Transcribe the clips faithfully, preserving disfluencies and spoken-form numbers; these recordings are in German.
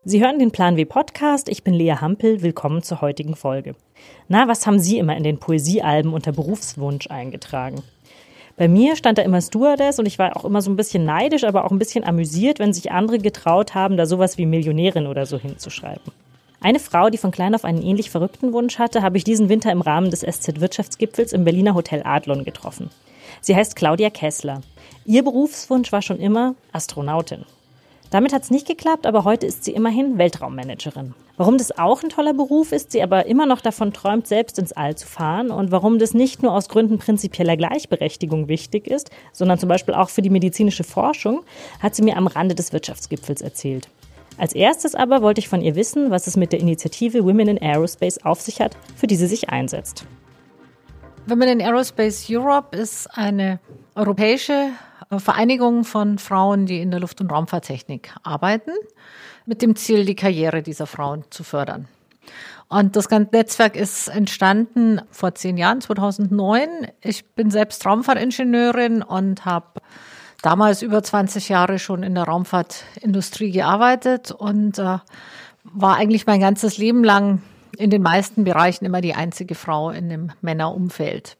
Sie hören den Plan W Podcast. Ich bin Lea Hampel. Willkommen zur heutigen Folge. Na, was haben Sie immer in den Poesiealben unter Berufswunsch eingetragen? Bei mir stand da immer Stewardess und ich war auch immer so ein bisschen neidisch, aber auch ein bisschen amüsiert, wenn sich andere getraut haben, da sowas wie Millionärin oder so hinzuschreiben. Eine Frau, die von klein auf einen ähnlich verrückten Wunsch hatte, habe ich diesen Winter im Rahmen des S Z-Wirtschaftsgipfels im Berliner Hotel Adlon getroffen. Sie heißt Claudia Kessler. Ihr Berufswunsch war schon immer Astronautin. Damit hat es nicht geklappt, aber heute ist sie immerhin Weltraummanagerin. Warum das auch ein toller Beruf ist, sie aber immer noch davon träumt, selbst ins All zu fahren und warum das nicht nur aus Gründen prinzipieller Gleichberechtigung wichtig ist, sondern zum Beispiel auch für die medizinische Forschung, hat sie mir am Rande des Wirtschaftsgipfels erzählt. Als erstes aber wollte ich von ihr wissen, was es mit der Initiative Women in Aerospace auf sich hat, für die sie sich einsetzt. Women in Aerospace Europe ist eine europäische Vereinigung von Frauen, die in der Luft- und Raumfahrttechnik arbeiten, mit dem Ziel, die Karriere dieser Frauen zu fördern. Und das ganze Netzwerk ist entstanden vor zehn Jahren, zweitausendneun. Ich bin selbst Raumfahrtingenieurin und habe damals über zwanzig Jahre schon in der Raumfahrtindustrie gearbeitet und äh, war eigentlich mein ganzes Leben lang in den meisten Bereichen immer die einzige Frau in dem Männerumfeld.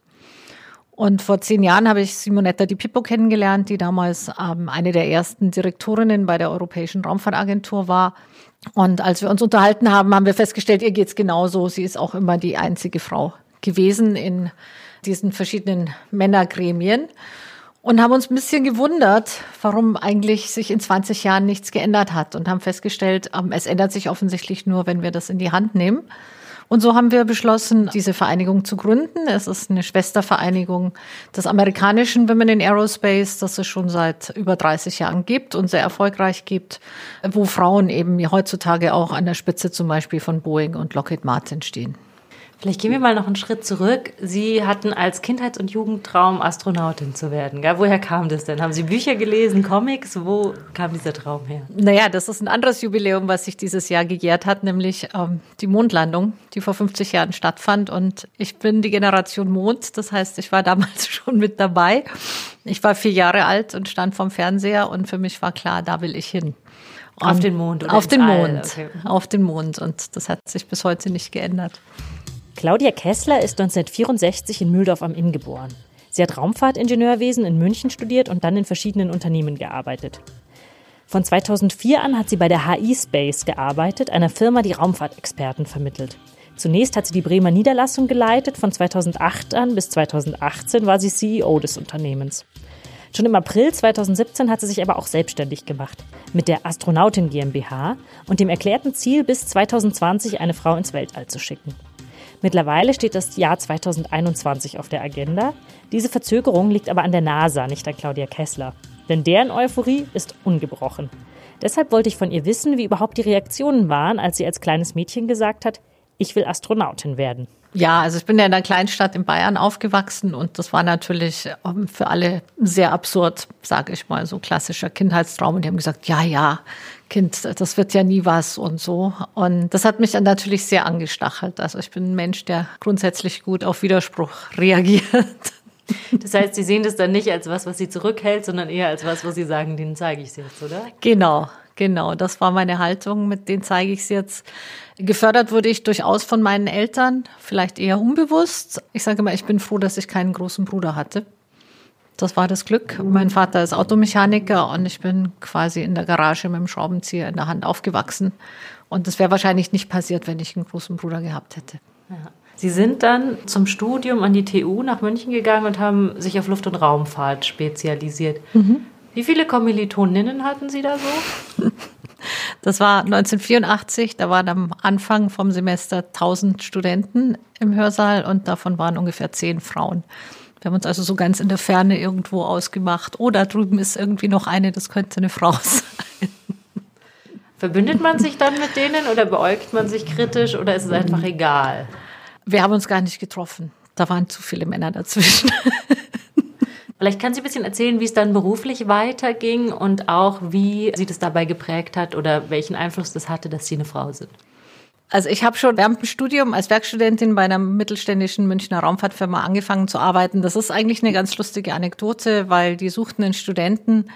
Und vor zehn Jahren habe ich Simonetta Di Pippo kennengelernt, die damals ähm, eine der ersten Direktorinnen bei der Europäischen Raumfahrtagentur war. Und als wir uns unterhalten haben, haben wir festgestellt, ihr geht's genauso. Sie ist auch immer die einzige Frau gewesen in diesen verschiedenen Männergremien. Und haben uns ein bisschen gewundert, warum eigentlich sich in zwanzig Jahren nichts geändert hat. Und haben festgestellt, ähm, es ändert sich offensichtlich nur, wenn wir das in die Hand nehmen. Und so haben wir beschlossen, diese Vereinigung zu gründen. Es ist eine Schwestervereinigung des amerikanischen Women in Aerospace, das es schon seit über dreißig Jahren gibt und sehr erfolgreich gibt, wo Frauen eben heutzutage auch an der Spitze zum Beispiel von Boeing und Lockheed Martin stehen. Vielleicht gehen wir mal noch einen Schritt zurück. Sie hatten als Kindheits- und Jugendtraum, Astronautin zu werden. Gell? Woher kam das denn? Haben Sie Bücher gelesen, Comics? Wo kam dieser Traum her? Naja, das ist ein anderes Jubiläum, was sich dieses Jahr gejährt hat, nämlich ähm, die Mondlandung, die vor fünfzig Jahren stattfand. Und ich bin die Generation Mond, das heißt, ich war damals schon mit dabei. Ich war vier Jahre alt und stand vorm Fernseher und für mich war klar, da will ich hin. Und auf den Mond? Oder auf den All? Mond, okay. Auf den Mond. Und das hat sich bis heute nicht geändert. Claudia Kessler ist neunzehnhundertvierundsechzig in Mühldorf am Inn geboren. Sie hat Raumfahrtingenieurwesen in München studiert und dann in verschiedenen Unternehmen gearbeitet. Von zweitausendvier an hat sie bei der H I Space gearbeitet, einer Firma, die Raumfahrtexperten vermittelt. Zunächst hat sie die Bremer Niederlassung geleitet, von zweitausendacht an bis zweitausendachtzehn war sie C E O des Unternehmens. Schon im April zweitausendsiebzehn hat sie sich aber auch selbstständig gemacht, mit der Astronautin GmbH und dem erklärten Ziel, bis zweitausendzwanzig eine Frau ins Weltall zu schicken. Mittlerweile steht das Jahr zweitausendeinundzwanzig auf der Agenda. Diese Verzögerung liegt aber an der NASA, nicht an Claudia Kessler. Denn deren Euphorie ist ungebrochen. Deshalb wollte ich von ihr wissen, wie überhaupt die Reaktionen waren, als sie als kleines Mädchen gesagt hat, ich will Astronautin werden. Ja, also ich bin ja in einer Kleinstadt in Bayern aufgewachsen und das war natürlich für alle sehr absurd, sage ich mal, so klassischer Kindheitstraum. Und die haben gesagt, ja, ja, Kind, das wird ja nie was und so. Und das hat mich dann natürlich sehr angestachelt. Also ich bin ein Mensch, der grundsätzlich gut auf Widerspruch reagiert. Das heißt, Sie sehen das dann nicht als was, was Sie zurückhält, sondern eher als was, wo Sie sagen, den zeige ich es jetzt, oder? Genau. Genau, das war meine Haltung, mit denen zeige ich es jetzt. Gefördert wurde ich durchaus von meinen Eltern, vielleicht eher unbewusst. Ich sage mal, ich bin froh, dass ich keinen großen Bruder hatte. Das war das Glück. Mein Vater ist Automechaniker und ich bin quasi in der Garage mit dem Schraubenzieher in der Hand aufgewachsen. Und das wäre wahrscheinlich nicht passiert, wenn ich einen großen Bruder gehabt hätte. Ja. Sie sind dann zum Studium an die T U nach München gegangen und haben sich auf Luft- und Raumfahrt spezialisiert. Mhm. Wie viele Kommilitoninnen hatten Sie da so? Das war neunzehnhundertvierundachtzig, da waren am Anfang vom Semester tausend Studenten im Hörsaal und davon waren ungefähr zehn Frauen. Wir haben uns also so ganz in der Ferne irgendwo ausgemacht. Oh, da drüben ist irgendwie noch eine, das könnte eine Frau sein. Verbündet man sich dann mit denen oder beäugt man sich kritisch oder ist es einfach egal? Wir haben uns gar nicht getroffen. Da waren zu viele Männer dazwischen. Vielleicht kann sie ein bisschen erzählen, wie es dann beruflich weiterging und auch, wie sie das dabei geprägt hat oder welchen Einfluss das hatte, dass Sie eine Frau sind. Also ich habe schon während dem Studium als Werkstudentin bei einer mittelständischen Münchner Raumfahrtfirma angefangen zu arbeiten. Das ist eigentlich eine ganz lustige Anekdote, weil die suchten einen Studenten,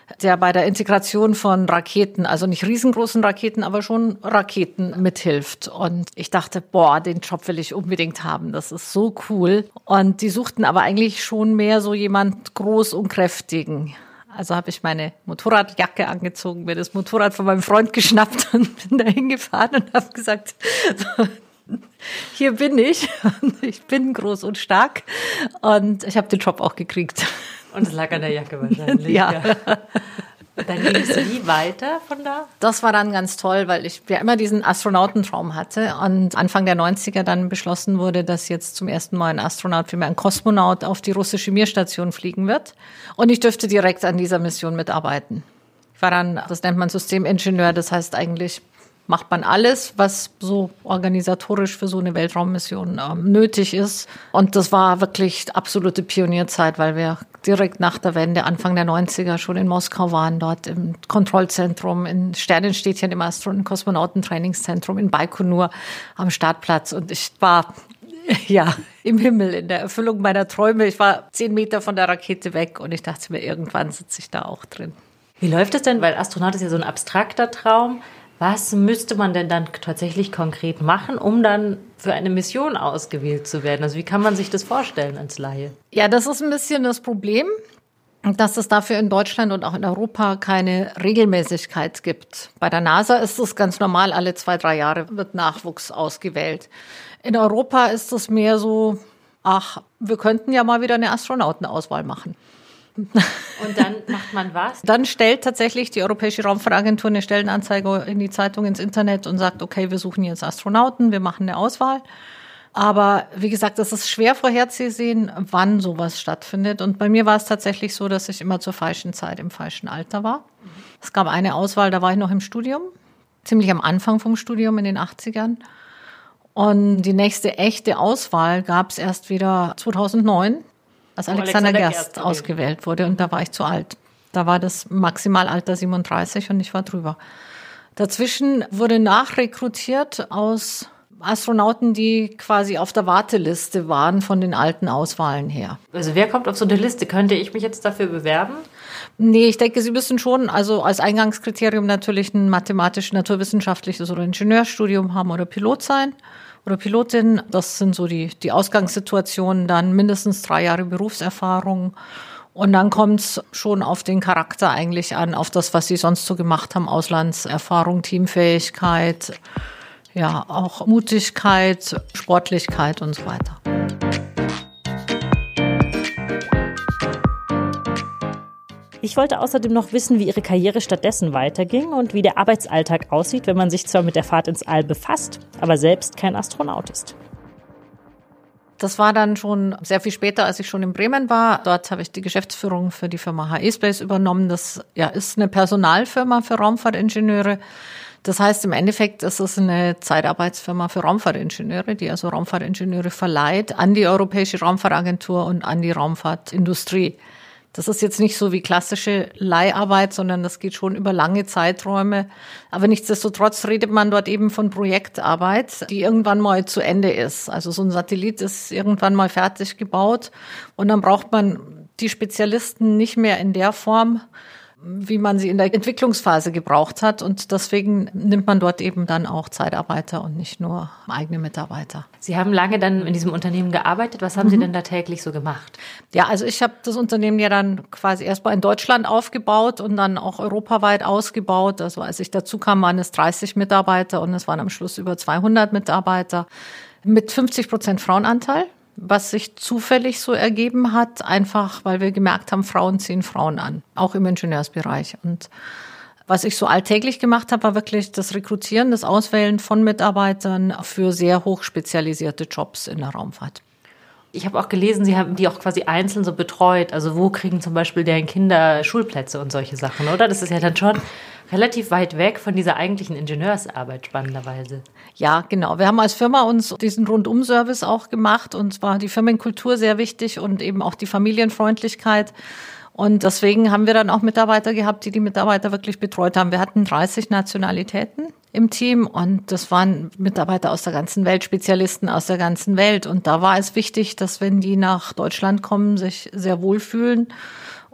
der bei der Integration von Raketen, also nicht riesengroßen Raketen, aber schon Raketen mithilft. Und ich dachte, boah, den Job will ich unbedingt haben. Das ist so cool. Und die suchten aber eigentlich schon mehr so jemand groß und kräftigen. Also habe ich meine Motorradjacke angezogen, mir das Motorrad von meinem Freund geschnappt und bin da hingefahren und habe gesagt, so, hier bin ich. Und ich bin groß und stark. Und ich habe den Job auch gekriegt. Und es lag an der Jacke wahrscheinlich. Ja. ja. Dann ging es wie weiter von da? Das war dann ganz toll, weil ich ja immer diesen Astronautentraum hatte und Anfang der neunziger dann beschlossen wurde, dass jetzt zum ersten Mal ein Astronaut, vielmehr ein Kosmonaut, auf die russische Mir-Station fliegen wird. Und ich dürfte direkt an dieser Mission mitarbeiten. Ich war dann, das nennt man Systemingenieur, das heißt eigentlich macht man alles, was so organisatorisch für so eine Weltraummission ähm, nötig ist. Und das war wirklich absolute Pionierzeit, weil wir direkt nach der Wende, Anfang der neunziger, schon in Moskau waren, dort im Kontrollzentrum, in Sternenstädtchen, im Astro- und Kosmonautentrainingszentrum, in Baikonur am Startplatz. Und ich war ja im Himmel, in der Erfüllung meiner Träume. Ich war zehn Meter von der Rakete weg und ich dachte mir, irgendwann sitze ich da auch drin. Wie läuft es denn? Weil Astronaut ist ja so ein abstrakter Traum. Was müsste man denn dann tatsächlich konkret machen, um dann für eine Mission ausgewählt zu werden? Also wie kann man sich das vorstellen als Laie? Ja, das ist ein bisschen das Problem, dass es dafür in Deutschland und auch in Europa keine Regelmäßigkeit gibt. Bei der NASA ist es ganz normal, alle zwei, drei Jahre wird Nachwuchs ausgewählt. In Europa ist es mehr so, ach, wir könnten ja mal wieder eine Astronautenauswahl machen. Und dann macht man was? Dann stellt tatsächlich die Europäische Raumfahrtagentur eine Stellenanzeige in die Zeitung, ins Internet und sagt, okay, wir suchen jetzt Astronauten, wir machen eine Auswahl. Aber wie gesagt, es ist schwer vorherzusehen, wann sowas stattfindet. Und bei mir war es tatsächlich so, dass ich immer zur falschen Zeit im falschen Alter war. Es gab eine Auswahl, da war ich noch im Studium, ziemlich am Anfang vom Studium in den achtzigern. Und die nächste echte Auswahl gab es erst wieder zweitausendneun. Als Alexander, Alexander Gerst, Gerst ausgewählt wurde und da war ich zu alt. Da war das Maximalalter siebenunddreißig und ich war drüber. Dazwischen wurde nachrekrutiert aus Astronauten, die quasi auf der Warteliste waren von den alten Auswahlen her. Also wer kommt auf so eine Liste? Könnte ich mich jetzt dafür bewerben? Nee, ich denke, Sie müssen schon also als Eingangskriterium natürlich ein mathematisch, naturwissenschaftliches oder Ingenieurstudium haben oder Pilot sein. Oder Pilotin, das sind so die, die Ausgangssituationen, dann mindestens drei Jahre Berufserfahrung. Und dann kommt es schon auf den Charakter eigentlich an, auf das, was sie sonst so gemacht haben, Auslandserfahrung, Teamfähigkeit, ja, auch Mutigkeit, Sportlichkeit und so weiter. Ich wollte außerdem noch wissen, wie Ihre Karriere stattdessen weiterging und wie der Arbeitsalltag aussieht, wenn man sich zwar mit der Fahrt ins All befasst, aber selbst kein Astronaut ist. Das war dann schon sehr viel später, als ich schon in Bremen war. Dort habe ich die Geschäftsführung für die Firma H E-Space übernommen. Das ja, ist eine Personalfirma für Raumfahrtingenieure. Das heißt, im Endeffekt ist es eine Zeitarbeitsfirma für Raumfahrtingenieure, die also Raumfahrtingenieure verleiht an die Europäische Raumfahrtagentur und an die Raumfahrtindustrie. Das ist jetzt nicht so wie klassische Leiharbeit, sondern das geht schon über lange Zeiträume. Aber nichtsdestotrotz redet man dort eben von Projektarbeit, die irgendwann mal zu Ende ist. Also so ein Satellit ist irgendwann mal fertig gebaut und dann braucht man die Spezialisten nicht mehr in der Form, wie man sie in der Entwicklungsphase gebraucht hat. Und deswegen nimmt man dort eben dann auch Zeitarbeiter und nicht nur eigene Mitarbeiter. Sie haben lange dann in diesem Unternehmen gearbeitet. Was haben mhm. Sie denn da täglich so gemacht? Ja, also ich habe das Unternehmen ja dann quasi erstmal in Deutschland aufgebaut und dann auch europaweit ausgebaut. Also als ich dazu kam, waren es dreißig Mitarbeiter und es waren am Schluss über zweihundert Mitarbeiter mit fünfzig Prozent Frauenanteil. Was sich zufällig so ergeben hat, einfach weil wir gemerkt haben, Frauen ziehen Frauen an, auch im Ingenieursbereich. Und was ich so alltäglich gemacht habe, war wirklich das Rekrutieren, das Auswählen von Mitarbeitern für sehr hochspezialisierte Jobs in der Raumfahrt. Ich habe auch gelesen, Sie haben die auch quasi einzeln so betreut. Also wo kriegen zum Beispiel deren Kinder Schulplätze und solche Sachen, oder? Das ist ja dann schon relativ weit weg von dieser eigentlichen Ingenieursarbeit, spannenderweise. Ja, genau. Wir haben als Firma uns diesen Rundum-Service auch gemacht und zwar die Firmenkultur sehr wichtig und eben auch die Familienfreundlichkeit. Und deswegen haben wir dann auch Mitarbeiter gehabt, die die Mitarbeiter wirklich betreut haben. Wir hatten dreißig Nationalitäten im Team und das waren Mitarbeiter aus der ganzen Welt, Spezialisten aus der ganzen Welt. Und da war es wichtig, dass wenn die nach Deutschland kommen, sich sehr wohlfühlen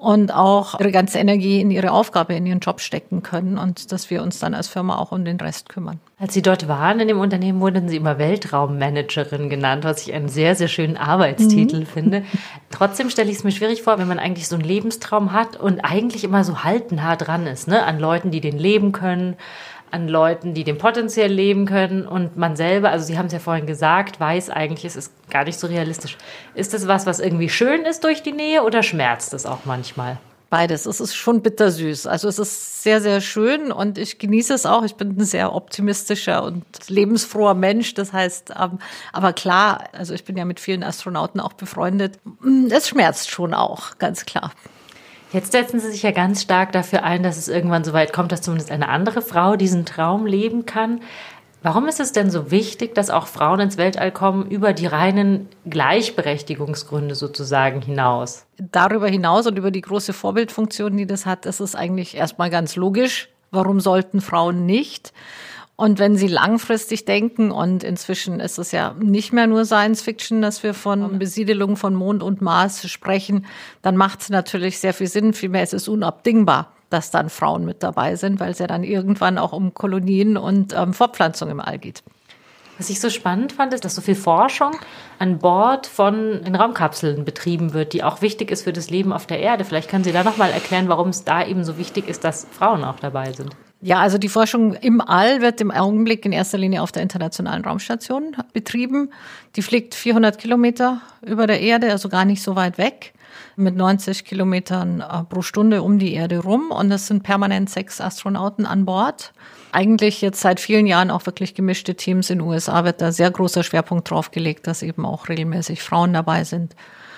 und auch ihre ganze Energie in ihre Aufgabe, in ihren Job stecken können und dass wir uns dann als Firma auch um den Rest kümmern. Als Sie dort waren in dem Unternehmen, wurden Sie immer Weltraummanagerin genannt, was ich einen sehr, sehr schönen Arbeitstitel mhm. finde. Trotzdem stelle ich es mir schwierig vor, wenn man eigentlich so einen Lebenstraum hat und eigentlich immer so haltnah dran ist, ne? An Leuten, die den leben können, an Leuten, die den potenziell leben können und man selber, also Sie haben es ja vorhin gesagt, weiß eigentlich, es ist gar nicht so realistisch. Ist das was, was irgendwie schön ist durch die Nähe oder schmerzt es auch manchmal? Beides. Es ist schon bittersüß. Also es ist sehr, sehr schön und ich genieße es auch. Ich bin ein sehr optimistischer und lebensfroher Mensch. Das heißt, aber klar, also ich bin ja mit vielen Astronauten auch befreundet. Es schmerzt schon auch, ganz klar. Jetzt setzen Sie sich ja ganz stark dafür ein, dass es irgendwann so weit kommt, dass zumindest eine andere Frau diesen Traum leben kann. Warum ist es denn so wichtig, dass auch Frauen ins Weltall kommen, über die reinen Gleichberechtigungsgründe sozusagen hinaus? Darüber hinaus und über die große Vorbildfunktion, die das hat, ist es eigentlich erstmal ganz logisch. Warum sollten Frauen nicht? Und wenn Sie langfristig denken, und inzwischen ist es ja nicht mehr nur Science Fiction, dass wir von Besiedelung von Mond und Mars sprechen, dann macht es natürlich sehr viel Sinn. Vielmehr ist es unabdingbar, dass dann Frauen mit dabei sind, weil es ja dann irgendwann auch um Kolonien und ähm, Fortpflanzung im All geht. Was ich so spannend fand, ist, dass so viel Forschung an Bord von den Raumkapseln betrieben wird, die auch wichtig ist für das Leben auf der Erde. Vielleicht können Sie da noch mal erklären, warum es da eben so wichtig ist, dass Frauen auch dabei sind. Ja, also die Forschung im All wird im Augenblick in erster Linie auf der Internationalen Raumstation betrieben. Die fliegt vierhundert Kilometer über der Erde, also gar nicht so weit weg, mit neunzig Kilometern pro Stunde um die Erde rum. Und es sind permanent sechs Astronauten an Bord. Eigentlich jetzt seit vielen Jahren auch wirklich gemischte Teams. In den U S A wird da sehr großer Schwerpunkt drauf gelegt, dass eben auch regelmäßig Frauen dabei sind.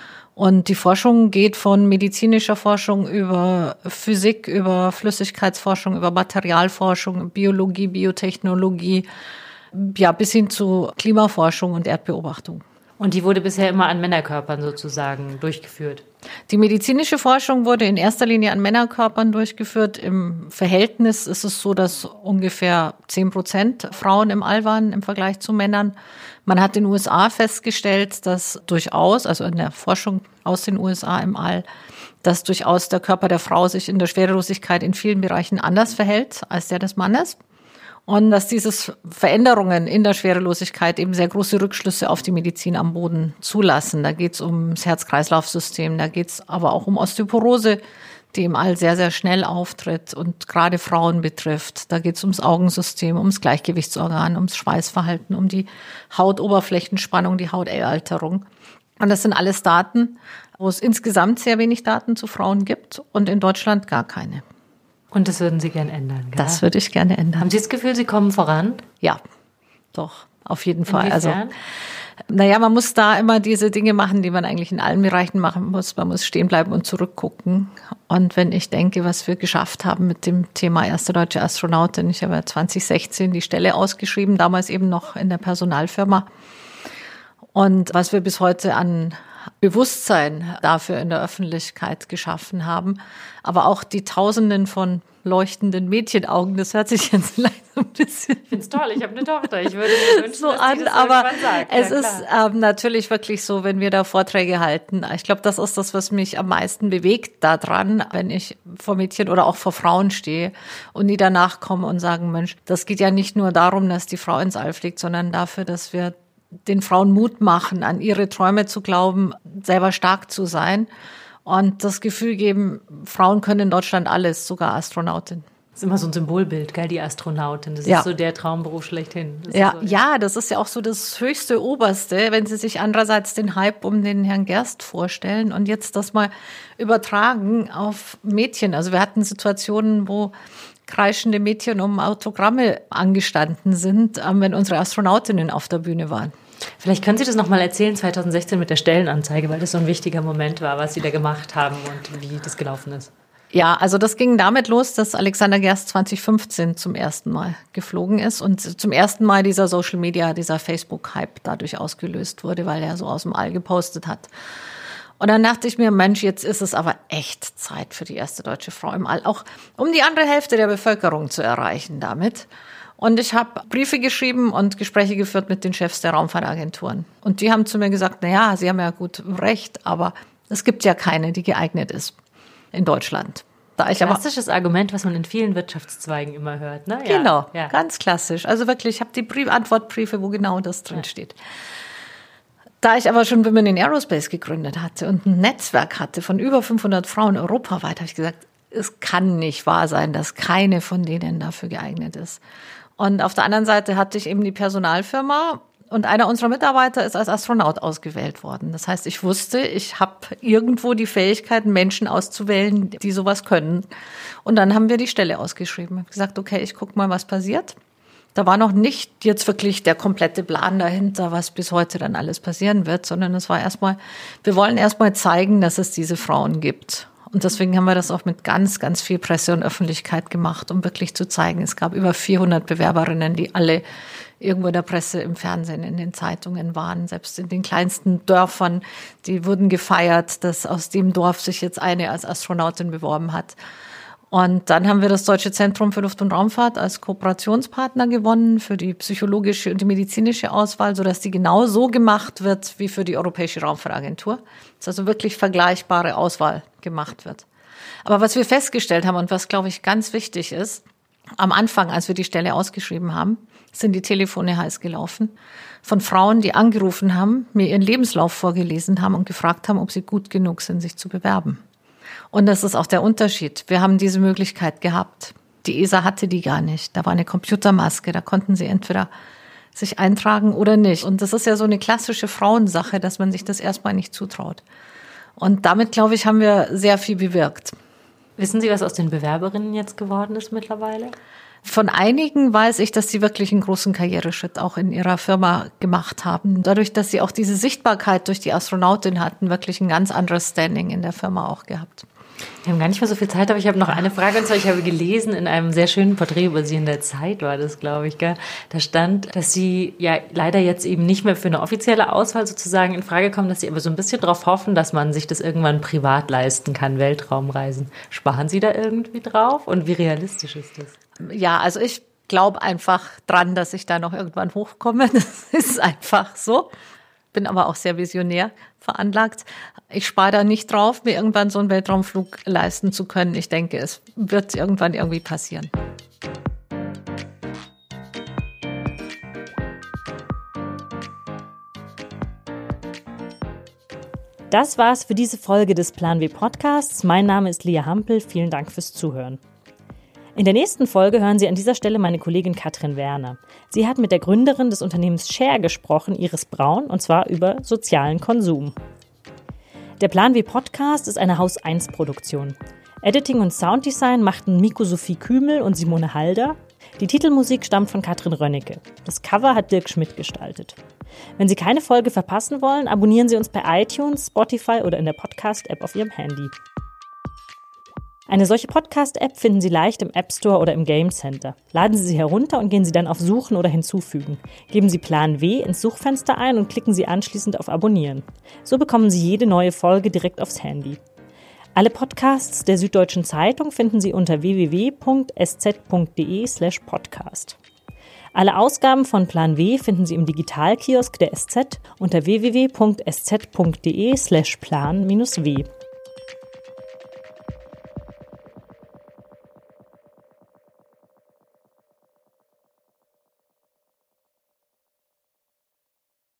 Und die Forschung geht von medizinischer Forschung über Physik, über Flüssigkeitsforschung, über Materialforschung, Biologie, Biotechnologie, ja, bis hin zu Klimaforschung und Erdbeobachtung. Und die wurde bisher immer an Männerkörpern sozusagen durchgeführt? Die medizinische Forschung wurde in erster Linie an Männerkörpern durchgeführt. Im Verhältnis ist es so, dass ungefähr zehn Prozent Frauen im All waren im Vergleich zu Männern. Man hat in den U S A festgestellt, dass durchaus, also in der Forschung aus den U S A im All, dass durchaus der Körper der Frau sich in der Schwerelosigkeit in vielen Bereichen anders verhält als der des Mannes. Und dass diese Veränderungen in der Schwerelosigkeit eben sehr große Rückschlüsse auf die Medizin am Boden zulassen. Da geht es ums Herz-Kreislauf-System, da geht es aber auch um Osteoporose, die im All sehr, sehr schnell auftritt und gerade Frauen betrifft. Da geht es ums Augensystem, ums Gleichgewichtsorgan, ums Schweißverhalten, um die Hautoberflächenspannung, die Hautalterung. Und das sind alles Daten, wo es insgesamt sehr wenig Daten zu Frauen gibt und in Deutschland gar keine. Und das würden Sie gerne ändern, gell? Das würde ich gerne ändern. Haben Sie das Gefühl, Sie kommen voran? Ja, doch, auf jeden Fall. Inwiefern? Also, naja, man muss da immer diese Dinge machen, die man eigentlich in allen Bereichen machen muss. Man muss stehen bleiben und zurückgucken. Und wenn ich denke, was wir geschafft haben mit dem Thema erste deutsche Astronautin, ich habe ja zwanzig sechzehn die Stelle ausgeschrieben, damals eben noch in der Personalfirma. Und was wir bis heute an Bewusstsein dafür in der Öffentlichkeit geschaffen haben, aber auch die Tausenden von leuchtenden Mädchenaugen, das hört sich jetzt leider ein bisschen... Ich finde es toll, ich habe eine Tochter, ich würde mir wünschen, so dass an, sie das aber irgendwann sagt. es ja, ist ähm, natürlich wirklich so, wenn wir da Vorträge halten. Ich glaube, das ist das, was mich am meisten bewegt daran, wenn ich vor Mädchen oder auch vor Frauen stehe und die danach kommen und sagen, Mensch, das geht ja nicht nur darum, dass die Frau ins All fliegt, sondern dafür, dass wir den Frauen Mut machen, an ihre Träume zu glauben, selber stark zu sein und das Gefühl geben, Frauen können in Deutschland alles, sogar Astronautin. Das ist immer so ein Symbolbild, gell, die Astronautin. Das ja. ist so der Traumberuf schlechthin. Das ja, so, ja. ja, das ist ja auch so das höchste Oberste, wenn Sie sich andererseits den Hype um den Herrn Gerst vorstellen und jetzt das mal übertragen auf Mädchen. Also wir hatten Situationen, wo kreischende Mädchen um Autogramme angestanden sind, wenn unsere Astronautinnen auf der Bühne waren. Vielleicht können Sie das nochmal erzählen, zwanzig sechzehn mit der Stellenanzeige, weil das so ein wichtiger Moment war, was Sie da gemacht haben und wie das gelaufen ist. Ja, also das ging damit los, dass Alexander Gerst zwanzig fünfzehn zum ersten Mal geflogen ist und zum ersten Mal dieser Social Media, dieser Facebook-Hype dadurch ausgelöst wurde, weil er so aus dem All gepostet hat. Und dann dachte ich mir, Mensch, jetzt ist es aber echt Zeit für die erste deutsche Frau im All, auch um die andere Hälfte der Bevölkerung zu erreichen damit. Und ich habe Briefe geschrieben und Gespräche geführt mit den Chefs der Raumfahrtagenturen. Und die haben zu mir gesagt, na ja, Sie haben ja gut recht, aber es gibt ja keine, die geeignet ist. in Deutschland. Da ich Klassisches aber, Argument, was man in vielen Wirtschaftszweigen immer hört. Ne? Ja, genau, ja. Ganz klassisch. Also wirklich, ich habe die Brief- Antwortbriefe, wo genau das drin ja. steht. Da ich aber schon Women in Aerospace gegründet hatte und ein Netzwerk hatte von über fünfhundert Frauen europaweit, habe ich gesagt, es kann nicht wahr sein, dass keine von denen dafür geeignet ist. Und auf der anderen Seite hatte ich eben die Personalfirma und einer unserer Mitarbeiter ist als Astronaut ausgewählt worden. Das heißt, ich wusste, ich habe irgendwo die Fähigkeit, Menschen auszuwählen, die sowas können. Und dann haben wir die Stelle ausgeschrieben. Ich habe gesagt, okay, ich gucke mal, was passiert. Da war noch nicht jetzt wirklich der komplette Plan dahinter, was bis heute dann alles passieren wird, sondern es war erstmal, wir wollen erstmal zeigen, dass es diese Frauen gibt. Und deswegen haben wir das auch mit ganz, ganz viel Presse und Öffentlichkeit gemacht, um wirklich zu zeigen, es gab über vierhundert Bewerberinnen, die alle irgendwo in der Presse, im Fernsehen, in den Zeitungen waren, selbst in den kleinsten Dörfern, die wurden gefeiert, dass aus dem Dorf sich jetzt eine als Astronautin beworben hat. Und dann haben wir das Deutsche Zentrum für Luft- und Raumfahrt als Kooperationspartner gewonnen für die psychologische und die medizinische Auswahl, sodass die genau so gemacht wird wie für die Europäische Raumfahrtagentur. Dass also wirklich vergleichbare Auswahl gemacht wird. Aber was wir festgestellt haben und was, glaube ich, ganz wichtig ist, am Anfang, als wir die Stelle ausgeschrieben haben, sind die Telefone heiß gelaufen von Frauen, die angerufen haben, mir ihren Lebenslauf vorgelesen haben und gefragt haben, ob sie gut genug sind, sich zu bewerben. Und das ist auch der Unterschied. Wir haben diese Möglichkeit gehabt. Die E S A hatte die gar nicht. Da war eine Computermaske, da konnten sie entweder sich eintragen oder nicht. Und das ist ja so eine klassische Frauensache, dass man sich das erstmal nicht zutraut. Und damit, glaube ich, haben wir sehr viel bewirkt. Wissen Sie, was aus den Bewerberinnen jetzt geworden ist mittlerweile? Von einigen weiß ich, dass sie wirklich einen großen Karriereschritt auch in ihrer Firma gemacht haben. Dadurch, dass sie auch diese Sichtbarkeit durch die Astronautin hatten, wirklich ein ganz anderes Standing in der Firma auch gehabt. Wir haben gar nicht mehr so viel Zeit, aber ich habe noch eine Frage. Und zwar, ich habe gelesen, in einem sehr schönen Porträt über Sie in der Zeit war das, glaube ich, gell? Da stand, dass Sie ja leider jetzt eben nicht mehr für eine offizielle Auswahl sozusagen in Frage kommen, dass Sie aber so ein bisschen darauf hoffen, dass man sich das irgendwann privat leisten kann, Weltraumreisen. Sparen Sie da irgendwie drauf? Und wie realistisch ist das? Ja, also ich glaube einfach dran, dass ich da noch irgendwann hochkomme. Das ist einfach so. Bin aber auch sehr visionär veranlagt. Ich spare da nicht drauf, mir irgendwann so einen Weltraumflug leisten zu können. Ich denke, es wird irgendwann irgendwie passieren. Das war's für diese Folge des Plan W Podcasts. Mein Name ist Lea Hampel. Vielen Dank fürs Zuhören. In der nächsten Folge hören Sie an dieser Stelle meine Kollegin Katrin Werner. Sie hat mit der Gründerin des Unternehmens Share gesprochen, Iris Braun, und zwar über sozialen Konsum. Der Plan W Podcast ist eine Haus eins Produktion. Editing und Sounddesign machten Miko-Sophie Kümel und Simone Halder. Die Titelmusik stammt von Katrin Rönnecke. Das Cover hat Dirk Schmidt gestaltet. Wenn Sie keine Folge verpassen wollen, abonnieren Sie uns bei iTunes, Spotify oder in der Podcast-App auf Ihrem Handy. Eine solche Podcast-App finden Sie leicht im App Store oder im Game Center. Laden Sie sie herunter und gehen Sie dann auf Suchen oder Hinzufügen. Geben Sie Plan W ins Suchfenster ein und klicken Sie anschließend auf Abonnieren. So bekommen Sie jede neue Folge direkt aufs Handy. Alle Podcasts der Süddeutschen Zeitung finden Sie unter w w w punkt s z punkt d e slash podcast. Alle Ausgaben von Plan W finden Sie im Digitalkiosk der S Z unter w w w punkt s z punkt d e slash plan minus w.